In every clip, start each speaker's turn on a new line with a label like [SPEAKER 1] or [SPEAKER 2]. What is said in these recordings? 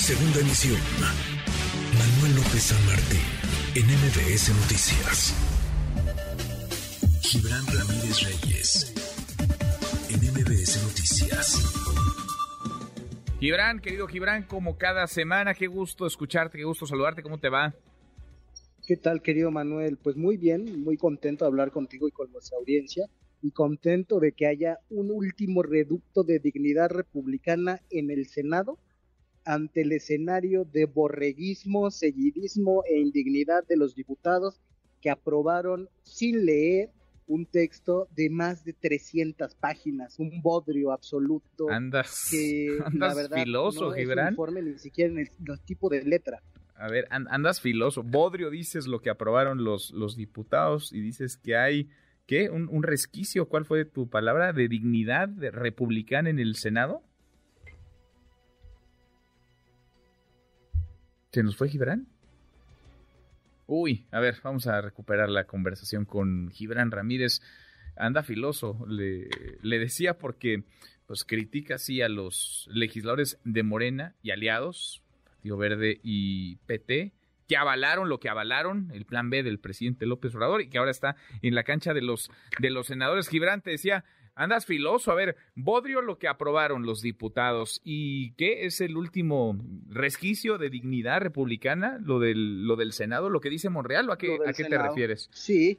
[SPEAKER 1] Segunda emisión. Manuel López San Martín, en MBS Noticias. Gibran Ramírez Reyes, en MBS Noticias.
[SPEAKER 2] Gibran, querido Gibran, como cada semana, qué gusto escucharte, qué gusto saludarte, ¿cómo te va?
[SPEAKER 3] ¿Qué tal, querido Manuel? Pues muy bien, muy contento de hablar contigo y con nuestra audiencia, y contento de que haya un último reducto de dignidad republicana en el Senado ante el escenario de borreguismo, seguidismo e indignidad de los diputados que aprobaron sin leer un texto de más de 300 páginas, un bodrio absoluto.
[SPEAKER 2] Andas
[SPEAKER 3] La verdad,
[SPEAKER 2] filoso,
[SPEAKER 3] no
[SPEAKER 2] Gibran.
[SPEAKER 3] es uniforme ni siquiera en el tipo de letra.
[SPEAKER 2] A ver, andas filoso. Bodrio dices lo que aprobaron los diputados y dices que hay, ¿qué? ¿Un resquicio? ¿Cuál fue tu palabra? ¿De dignidad republicana en el Senado? ¿Se nos fue Gibran? Uy, a ver, vamos a recuperar la conversación con Gibran Ramírez. Anda filoso, le decía porque pues critica así a los legisladores de Morena y aliados, Partido Verde y PT, que avalaron lo que avalaron, el plan B del presidente López Obrador, y que ahora está en la cancha de los senadores. Gibran, te decía, andas filoso, a ver, bodrio lo que aprobaron los diputados, ¿y qué es el último resquicio de dignidad republicana, lo del Senado, lo que dice Monreal, o a qué te refieres?
[SPEAKER 3] Sí,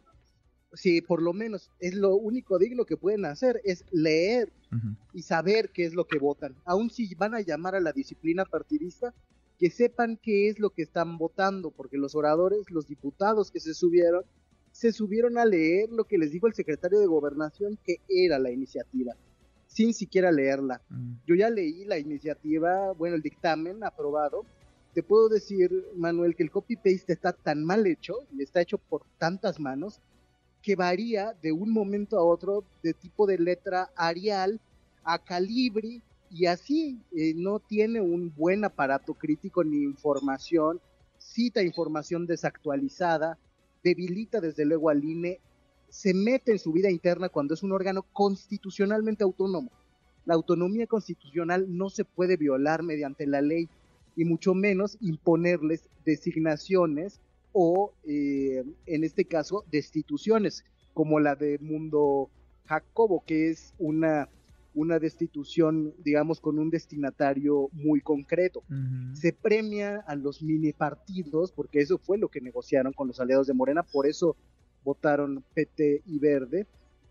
[SPEAKER 3] por lo menos es lo único digno que pueden hacer, es leer y saber qué es lo que votan. Aun si van a llamar a la disciplina partidista, que sepan qué es lo que están votando, porque los oradores, los diputados que se subieron a leer lo que les dijo el secretario de Gobernación que era la iniciativa, sin siquiera leerla. Yo ya leí la iniciativa, bueno, el dictamen aprobado. Te puedo decir, Manuel, que el copy-paste está tan mal hecho, y está hecho por tantas manos, que varía de un momento a otro de tipo de letra Arial a Calibri, y así no tiene un buen aparato crítico ni información, cita información desactualizada, debilita desde luego al INE, se mete en su vida interna cuando es un órgano constitucionalmente autónomo. La autonomía constitucional no se puede violar mediante la ley, y mucho menos imponerles designaciones o, en este caso, destituciones, como la de Mundo Jacobo, que es una destitución, digamos, con un destinatario muy concreto. Se premia a los mini partidos, porque eso fue lo que negociaron con los aliados de Morena, por eso votaron PT y Verde,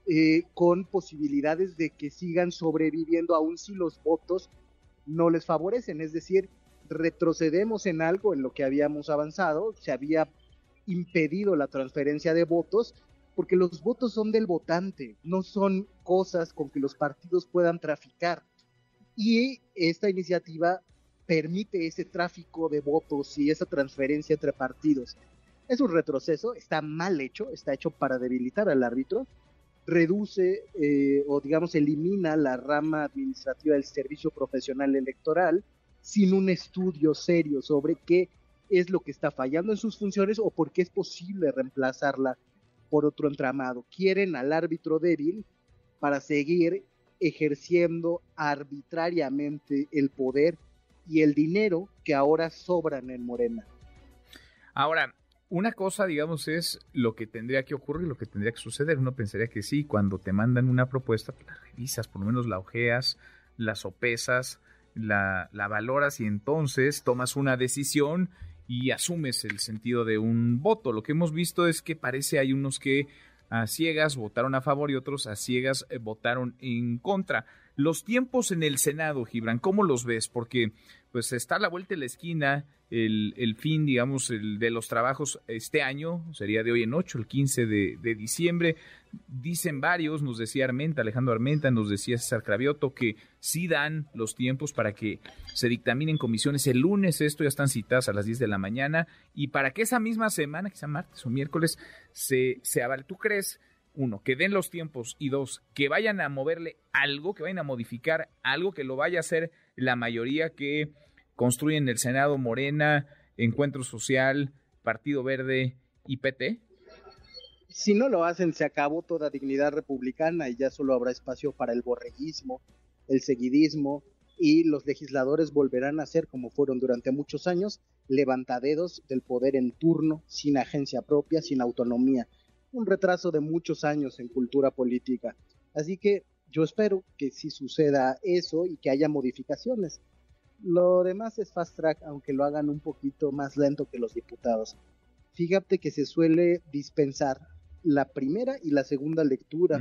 [SPEAKER 3] con posibilidades de que sigan sobreviviendo aun si los votos no les favorecen, es decir, retrocedemos en algo en lo que habíamos avanzado, se había impedido la transferencia de votos, porque los votos son del votante, no son cosas con que los partidos puedan traficar. Y esta iniciativa permite ese tráfico de votos y esa transferencia entre partidos. Es un retroceso, está mal hecho, está hecho para debilitar al árbitro, reduce o digamos elimina la rama administrativa del servicio profesional electoral sin un estudio serio sobre qué es lo que está fallando en sus funciones o por qué es posible reemplazarla por otro entramado. Quieren al árbitro débil para seguir ejerciendo arbitrariamente el poder y el dinero que ahora sobran en Morena.
[SPEAKER 2] Ahora, una cosa, digamos, es lo que tendría que ocurrir, lo que tendría que suceder. Uno pensaría que sí, cuando te mandan una propuesta, pues la revisas, por lo menos la ojeas, la sopesas, la valoras y entonces tomas una decisión y asumes el sentido de un voto. Lo que hemos visto es que parece hay unos que a ciegas votaron a favor y otros a ciegas votaron en contra. Los tiempos en el Senado, Gibran, ¿cómo los ves? Porque pues está a la vuelta de la esquina el fin, digamos, de los trabajos este año, sería de hoy en 8, el 15 de diciembre. Dicen varios, nos decía Alejandro Armenta, nos decía César Cravioto, que sí dan los tiempos para que se dictaminen comisiones el lunes, esto ya están citadas a las 10 de la mañana, y para que esa misma semana, quizá martes o miércoles, se avale. ¿Tú crees, uno, que den los tiempos, y dos, que vayan a moverle algo, que vayan a modificar algo, que lo vaya a hacer la mayoría que construyen el Senado, Morena, Encuentro Social, Partido Verde y PT?
[SPEAKER 3] Si no lo hacen, se acabó toda dignidad republicana y ya solo habrá espacio para el borreguismo, el seguidismo, y los legisladores volverán a ser, como fueron durante muchos años, levantadedos del poder en turno, sin agencia propia, sin autonomía. Un retraso de muchos años en cultura política. Así que yo espero que sí suceda eso y que haya modificaciones. Lo demás es fast track, aunque lo hagan un poquito más lento que los diputados. Fíjate que se suele dispensar la primera y la segunda lectura.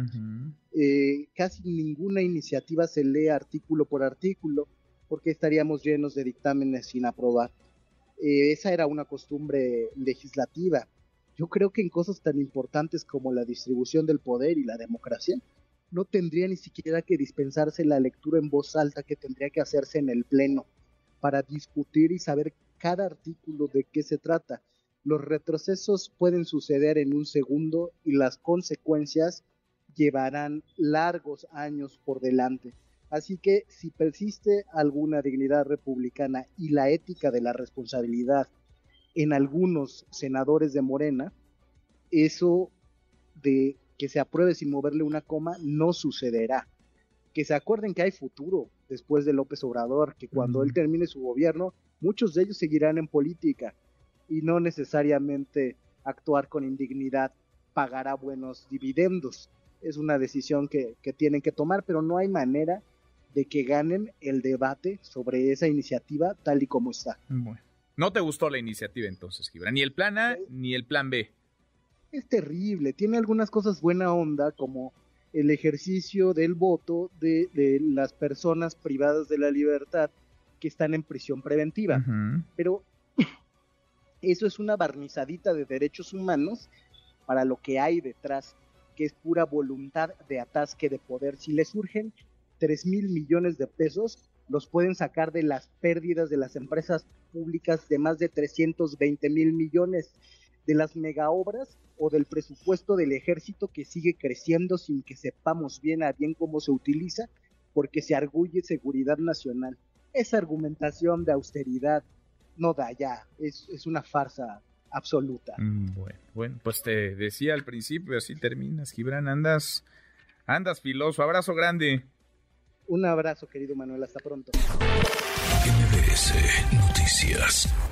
[SPEAKER 3] Casi ninguna iniciativa se lee artículo por artículo, porque estaríamos llenos de dictámenes sin aprobar. Esa era una costumbre legislativa. Yo creo que en cosas tan importantes como la distribución del poder y la democracia, no tendría ni siquiera que dispensarse la lectura en voz alta que tendría que hacerse en el pleno para discutir y saber cada artículo de qué se trata. Los retrocesos pueden suceder en un segundo y las consecuencias llevarán largos años por delante. Así que si persiste alguna dignidad republicana y la ética de la responsabilidad en algunos senadores de Morena, eso de que se apruebe sin moverle una coma no sucederá. Que se acuerden que hay futuro después de López Obrador, que cuando él termine su gobierno, muchos de ellos seguirán en política y no necesariamente actuar con indignidad pagará buenos dividendos. Es una decisión que tienen que tomar, pero no hay manera de que ganen el debate sobre esa iniciativa tal y como está.
[SPEAKER 2] Bueno. ¿No te gustó la iniciativa entonces, Gibran? Ni el plan A ni el plan B.
[SPEAKER 3] Es terrible. Tiene algunas cosas buena onda, como el ejercicio del voto de las personas privadas de la libertad que están en prisión preventiva. Pero eso es una barnizadita de derechos humanos para lo que hay detrás, que es pura voluntad de atasque de poder. Si les surgen 3,000 millones de pesos, los pueden sacar de las pérdidas de las empresas públicas de más de 320,000 millones, de las megaobras o del presupuesto del ejército que sigue creciendo sin que sepamos bien a bien cómo se utiliza, porque se arguye seguridad nacional. Esa argumentación de austeridad no da ya, es una farsa absoluta.
[SPEAKER 2] Bueno, pues te decía al principio, así terminas, Gibran, andas filoso. Abrazo grande.
[SPEAKER 3] Un abrazo, querido Manuel, hasta pronto.
[SPEAKER 1] MBS Noticias.